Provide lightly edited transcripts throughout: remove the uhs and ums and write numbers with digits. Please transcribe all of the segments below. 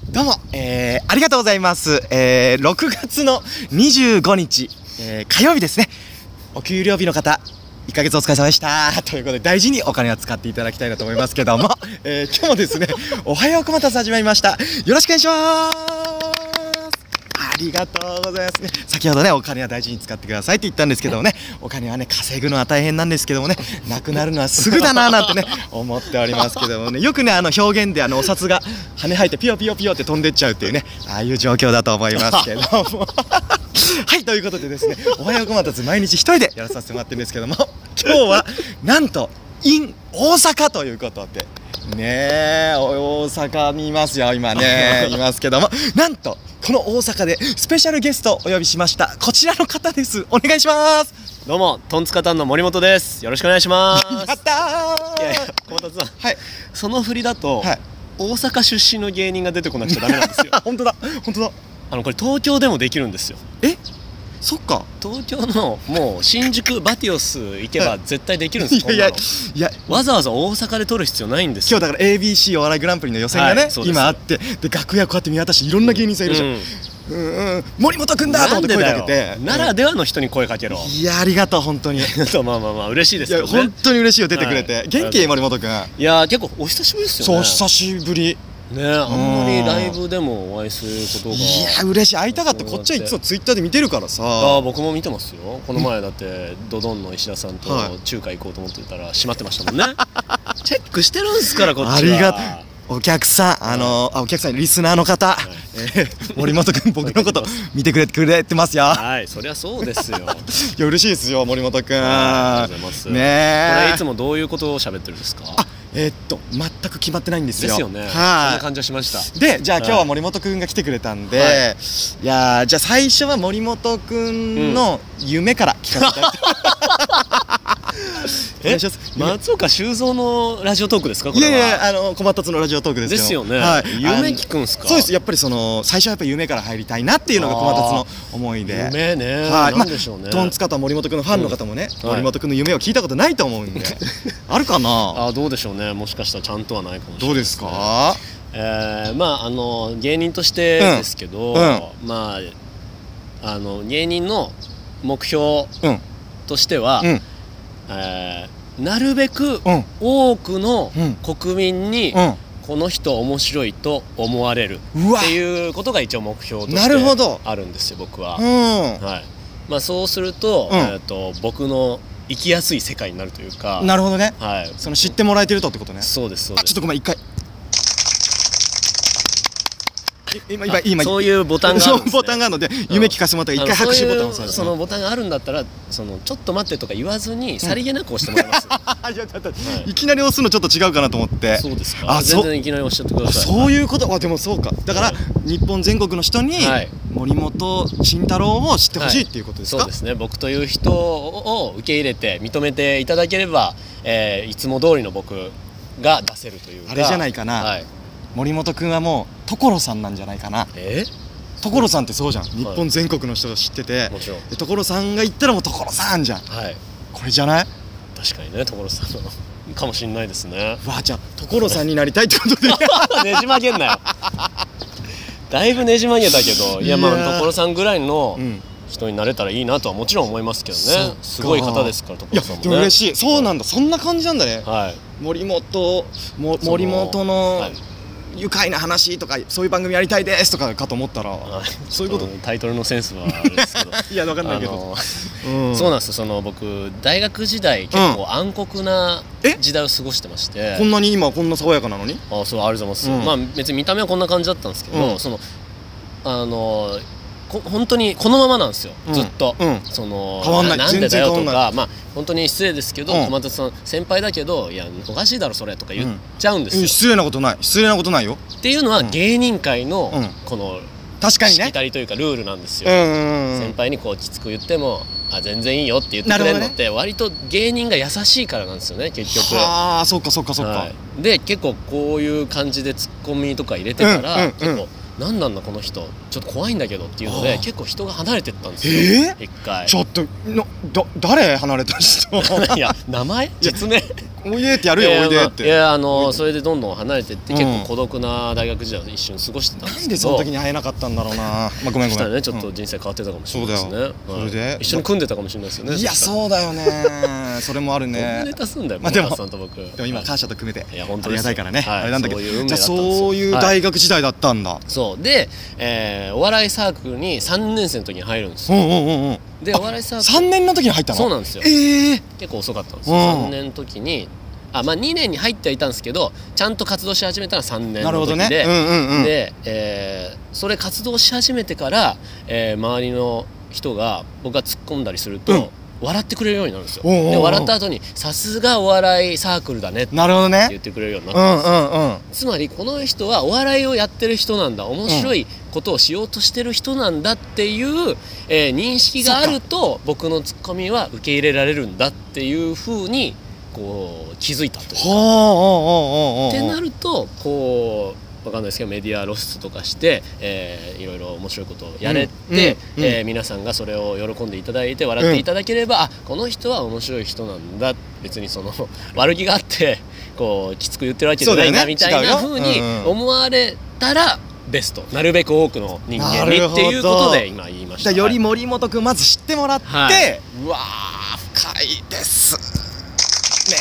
どうも、ありがとうございます。6月の25日、火曜日ですね。お給料日の方、1ヶ月お疲れ様でしたということで、大事にお金は使っていただきたいなと思いますけども、今日もですね、おはようこまたつ始まりました。よろしくお願いします。ありがとうございますね。先ほどね、お金は大事に使ってくださいって言ったんですけどもね、お金はね、稼ぐのは大変なんですけどもね、なくなるのはすぐだななんてね、思っておりますけどもね、よくね、表現でお札が羽生えてピヨピヨピヨって飛んでっちゃうっていうね、ああいう状況だと思いますけどもはい、ということでですね、おはようこまたつ毎日一人でやらさせてもらってるんですけども、今日はなんと in 大阪ということでねえ、大阪にいますよ今ねいますけども、なんとこの大阪でスペシャルゲストをお呼びしました。こちらの方です。お願いします。 どうも、トンツカタンの森本です。よろしくお願いします。 やったー。 いやいや、小松さん、 はい、 その振りだと、 はい、 大阪出身の芸人が出てこなくちゃダメなんですよ本当だ本当だ。 これ東京でもできるんですよ。 え、そっか。 東京のもう新宿バティオス行けば絶対できるんですよ。 いやいや、 わざわざ大阪で撮る必要ないんですよ。 今日だから ABC お笑いグランプリの予選がね、今あって、で楽屋こうやって見渡していろんな芸人さんいるじゃん、森本くんだと思って声かけて、 ならではの人に声かけろ。 いや、ありがとう本当にまあ嬉しいですよね。 いや本当に嬉しいよ、出てくれて。元気森本くん。 いや結構お久しぶりですよね。 そう、久しぶりね。あんまりライブでもお会いすることが。 いや嬉しい、会いたかった。こっちはいつもツイッターで見てるからさ。 あ、僕も見てますよ。この前だってドドンの石田さんと中華行こうと思ってたら閉まってましたもんねチェックしてるんすからこっちは。 ありがとう。お客さん、お客さん、リスナーの方、森本くん僕のこと見てくれてますよ。 はい、そりゃそうですよ。いや嬉しいですよ森本くん。 ありがとうございます。 ねえ、 これいつもどういうことを喋ってるんですか？ 全く決まってないんですよ。 ですよね。 はい、 そんな感じはしました。 で、じゃあ今日は森本くんが来てくれたんで、いやじゃあ最初は森本くんの夢から聞かせていただきたい。 松岡修造のラジオトークですかこれは？ いやいや、小松のラジオトークですけど。 ですよね。夢聞くんすか？ そうです。やっぱり最初はやっぱ夢から入りたいなっていうのが小松の思いで。 夢ね。なんでしょうね。 トンツカタン森本くんのファンの方もね、森本くんの夢を聞いたことないと思うんであるかな。 あ、どうでしょうね。もしかしたらちゃんとはないかもしれない。 どうですか？ 芸人としてですけど、芸人の目標としては、なるべく多くの国民にこの人面白いと思われるっていうことが一応目標としてあるんですよ僕は。はい。そうすると僕の生きやすい世界になるというか。 なるほどね。 はい。 知ってもらえてるとってことね。 そうですそうです。 ちょっとごめん、一回今そういうボタンがあるんですね。 ボタンがあるので、夢聞かせてもらったら一回拍手ボタンを押されて、 そのボタンがあるんだったらちょっと待ってとか言わずにさりげなく押してもらいます。 いきなり押すのちょっと違うかなと思って。 そうですか？全然いきなり押しちゃってください。 そういうこと。でもそうか。だから日本全国の人に森本慎太郎を知ってほしいっていうことですか？ そうですね。僕という人を受け入れて認めていただければ、いつも通りの僕が出せるというか。 あれじゃないかな、森本くんはもう所さんなんじゃないかな。所さんってそうじゃん。日本全国の人が知ってて、所さんが言ったらもう所さんじゃん。これじゃない？ 確かにね、所さんかもしんないですね。 じゃあ所さんになりたいってことでねじ曲げんなよだいぶねじ曲げたけど、いや所さんぐらいの人になれたらいいなとはもちろん思いますけどね。すごい方ですから所さんもね。 でも嬉しい。そうなんだ、そんな感じなんだね。森本の愉快な話とかそういう番組やりたいですとかかと思ったら、そういうこと。 タイトルのセンスはあれですけどいや分かんないけど、 そうなんですよ。僕大学時代結構暗黒な時代を過ごしてまして。 こんなに今こんな爽やかなのに？ そう、ありがとうございます。別に見た目はこんな感じだったんですけど、本当にこのままなんですよずっと。 変わんない。 なんでだよとか、本当に失礼ですけど、小松さん先輩だけど、いやおかしいだろそれとか言っちゃうんですよ。 失礼なことないよっていうのは芸人界のこの確かにね、 しきたりというかルールなんですよ。先輩にこうきつく言っても全然いいよって言ってくれるのって割と芸人が優しいからなんですよね結局。 そうかそうかそうか。 で結構こういう感じでツッコミとか入れてたら結構何なんだこの人ちょっと怖いんだけどっていうので結構人が離れてったんですよ。一回ちょっと誰離れた人いや名前実名おいでってやるよ、おいでって。 いやそれでどんどん離れてって結構孤独な大学時代を一緒に過ごしてたんですけど、 なんでその時に会えなかったんだろうな。まあごめんごめん。 ね、ちょっと人生変わってたかもしれないですね。 それで一緒に組んでたかもしれないですよね。 いやそうだよね。それもあるね。 ネタすんだよ。 まあでも今感謝と組めてありがたいからね。あれなんだけど、じゃあそういう大学時代だったんだ。 そうでお笑いサークルに3年生の時に入るんですよ。でお笑いサークル 3年の時に入ったの？ そうなんですよ。結構遅かったんですよ。3年の時にまあ2年に入ってはいたんですけど、ちゃんと活動し始めたのは3年の時で、でそれ活動し始めてから、周りの人が僕が突っ込んだりすると、笑ってくれるようになるんですよ。で笑った後にさすがお笑いサークルだねって言ってくれるようになったんです。つまりこの人はお笑いをやってる人なんだ、面白いことをしようとしてる人なんだっていう、認識があると僕のツッコミは受け入れられるんだっていう風にこう気づいたというか。ってなるとこうわかんないですけどメディア露出とかして、いろいろ面白いことをやれて、皆さんがそれを喜んでいただいて笑っていただければ、あこの人は面白い人なんだ、別にその悪気があってこうきつく言ってるわけじゃないんだみたいな風に思われたらベスト、なるべく多くの人間にっていうことで今言いました。 より森本君まず知ってもらって、うわ深いですね。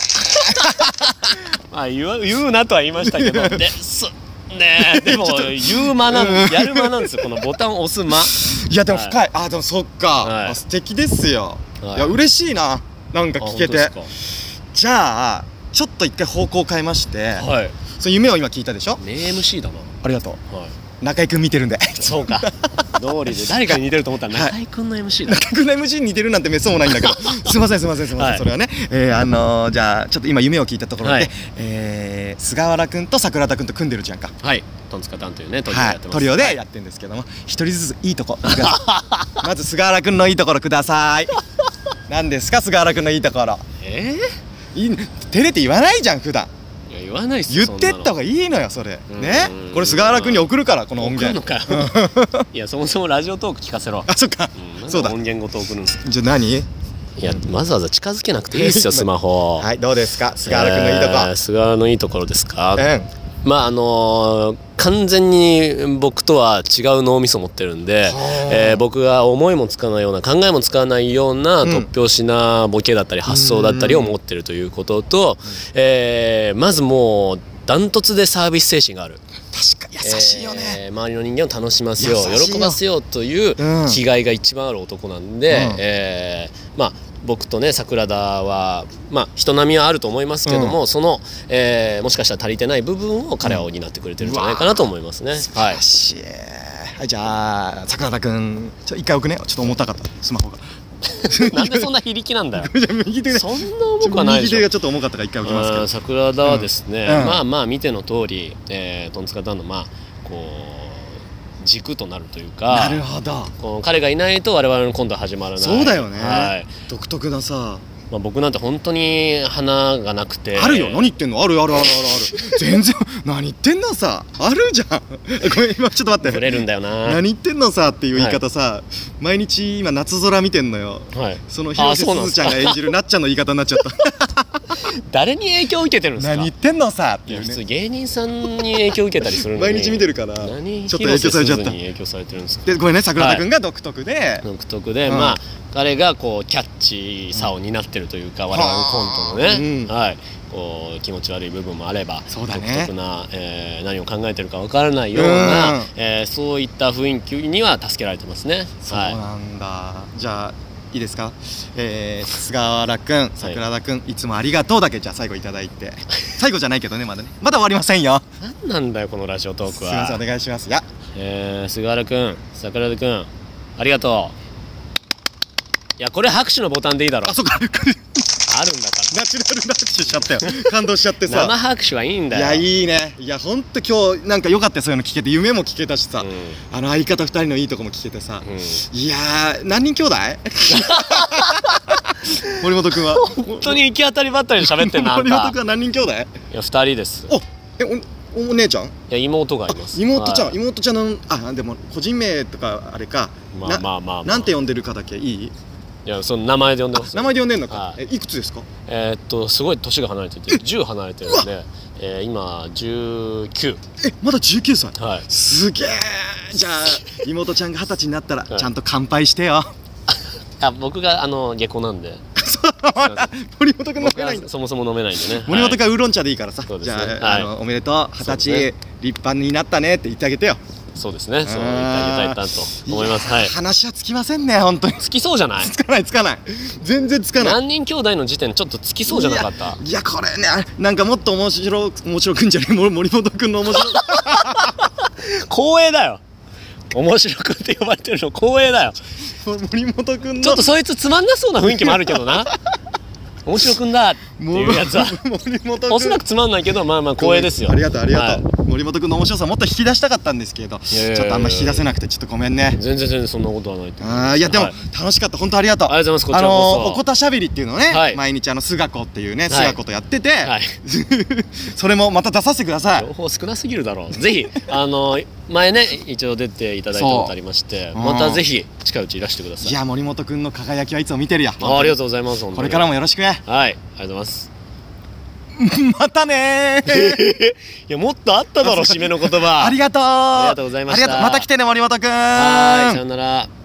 まあ言うなとは言いましたけどですね。でも言う間なん、やる間なんですよ、このボタンを押す間。 いやでも深い。あでもそっか、素敵ですよ。いや嬉しいな、なんか聞けて。じゃあちょっと一回方向を変えまして、その夢を今聞いたでしょ。 名 MC だな。 ありがとう。中居君見てるんで。 そうか。道理で誰かに似てると思ったら中居君の MC だ。 中居君の MC に似てるなんてめっそうもないんだけど。すいませんそれはね。じゃあちょっと今夢を聞いたところで、菅原君と桜田君と組んでるじゃんか。はい。 トンツカタンというねトリオでやってるんですけども、一人ずついいとこまず菅原君のいいところください。何ですか菅原君のいいところ。照れて言わないじゃん普段。 言わないっすよ。 言ってった方がいいのよそれね。これ菅原君に送るからこの音源。 送るのかよ。いやそもそもラジオトーク聞かせろ。 あそっか。そうだ。 音源ごと送るんです。 じゃあ何？いやわざわざ近づけなくていいっすよスマホ。 はいどうですか菅原君のいいところ。 菅原のいいところですか。まあ完全に僕とは違う脳みそ持ってるんで、僕が思いもつかないような考えもつかないような突拍子なボケだったり発想だったりを持ってるということと、まずもうダントツでサービス精神がある。 確かに優しいよね。 周りの人間を楽しませよう喜ばせようという気概が一番ある男なんで、まあ僕とね桜田はまあ人並みはあると思いますけども、その、もしかしたら足りてない部分を彼は補ってくれてるんじゃないかなと思いますね。 はい、じゃあ桜田君一回置くね。ちょっと重たかったスマホが。 なんでそんな非力なんだよ。 右手がそんな重くはないでしょ。 右手がちょっと重かったから一回置きますけど。 桜田はですね、まあまあ見ての通り、トンツカタンのまあこう軸となるというか。 なるほど。 彼がいないと我々の今度は始まらない。 そうだよね。独特なさ。 まあ僕なんて本当に花がなくて。 あるよ。何言ってんの。ある。全然何言ってんのさ。あるじゃん。ごめん今ちょっと待って。 ブレるんだよな。 何言ってんのさっていう言い方さ、毎日今夏空見てんのよ。その広瀬すずちゃんが演じるなっちゃんの言い方になっちゃった。 誰に影響を受けてるんですか。 何言ってんのさっていうね。 普通芸人さんに影響を受けたりするのに。 毎日見てるから。ちょっと影響されちゃった。 影響されてるんですか。 でごめんね桜田君が独特で。 まあ彼がこうキャッチさを担ってるというか、我々のコントのね、こう気持ち悪い部分もあれば、独特な何を考えてるかわからないようなそういった雰囲気には助けられてますね。 そうなんだ。じゃあいいですか。菅原君桜田君いつもありがとうだけじゃあ最後いただいて。最後じゃないけどねまだ終わりませんよ。 何なんだよこのラジオトークは。 すみませんお願いします。 菅原君桜田君ありがとう。いやこれ拍手のボタンでいいだろ。 あそっか。あるんだからナチュラル拍手しちゃったよ。感動しちゃってさ。 生拍手はいいんだよ。 いやいいね。いやほんと今日なんか良かったよ。そういうの聞けて夢も聞けたしさ、相方2人のいいとこも聞けてさ、いや何人兄弟森本君は本当に行き当たりばったりで喋ってんな。 森本君は何人兄弟。いや 2人です。 お姉ちゃん。いや妹がいます。 妹ちゃんのでも個人名とかあれか。 まあなんて呼んでるかだけいい。 いや、その名前で呼んでます。 名前で呼んでんのか。 はいいくつですか？ すごい年が離れてて10離れてるんで、今19。 まだ19歳。 はい。 すげえ。じゃあ妹ちゃんが20歳になったらちゃんと乾杯してよ。 僕が下戸なんで。 森本君飲めないんだ。 そもそも飲めないんでね。 森本君はウーロン茶でいいからさ。じゃあおめでとう、20歳立派になったねって言ってあげてよ。 そうですね、そう言ってあげたいなと思います。はい。 話はつきませんね、本当に。 つきそうじゃない？ つかないつかない、全然つかない。 何人兄弟の時点ちょっとつきそうじゃなかった？ いやこれね、なんかもっと面白くんじゃねえ、森本君の面白光栄だよ。面白くって呼ばれてるの光栄だよ。 森本君のちょっとそいつつまんなそうな雰囲気もあるけどな。面白くんだっていうやつは森本君おそらくつまんないけど、まあまあ光栄ですよ。 ありがとうありがとう。森本君の面白さもっと引き出したかったんですけど、ちょっとあんま引き出せなくてちょっとごめんね。 全然そんなことはないと思います。 いやでも楽しかった、本当ありがとう。 ありがとうございます。こちらこそおこたしゃべりっていうのをね、毎日巣鴨っていうね、巣鴨とやってて、それもまた出させてください。 情報少なすぎるだろう。ぜひ前ね一応出ていただいたことありまして、またぜひ近いうちいらしてください。 いや森本君の輝きはいつも見てるよ。 ありがとうございます。 これからもよろしくね。 はい、ありがとうございます。 またねいやもっとあっただろ締めの言葉。 ありがとう。 ありがとうございました。 また来てね森本君。 はい、さよなら。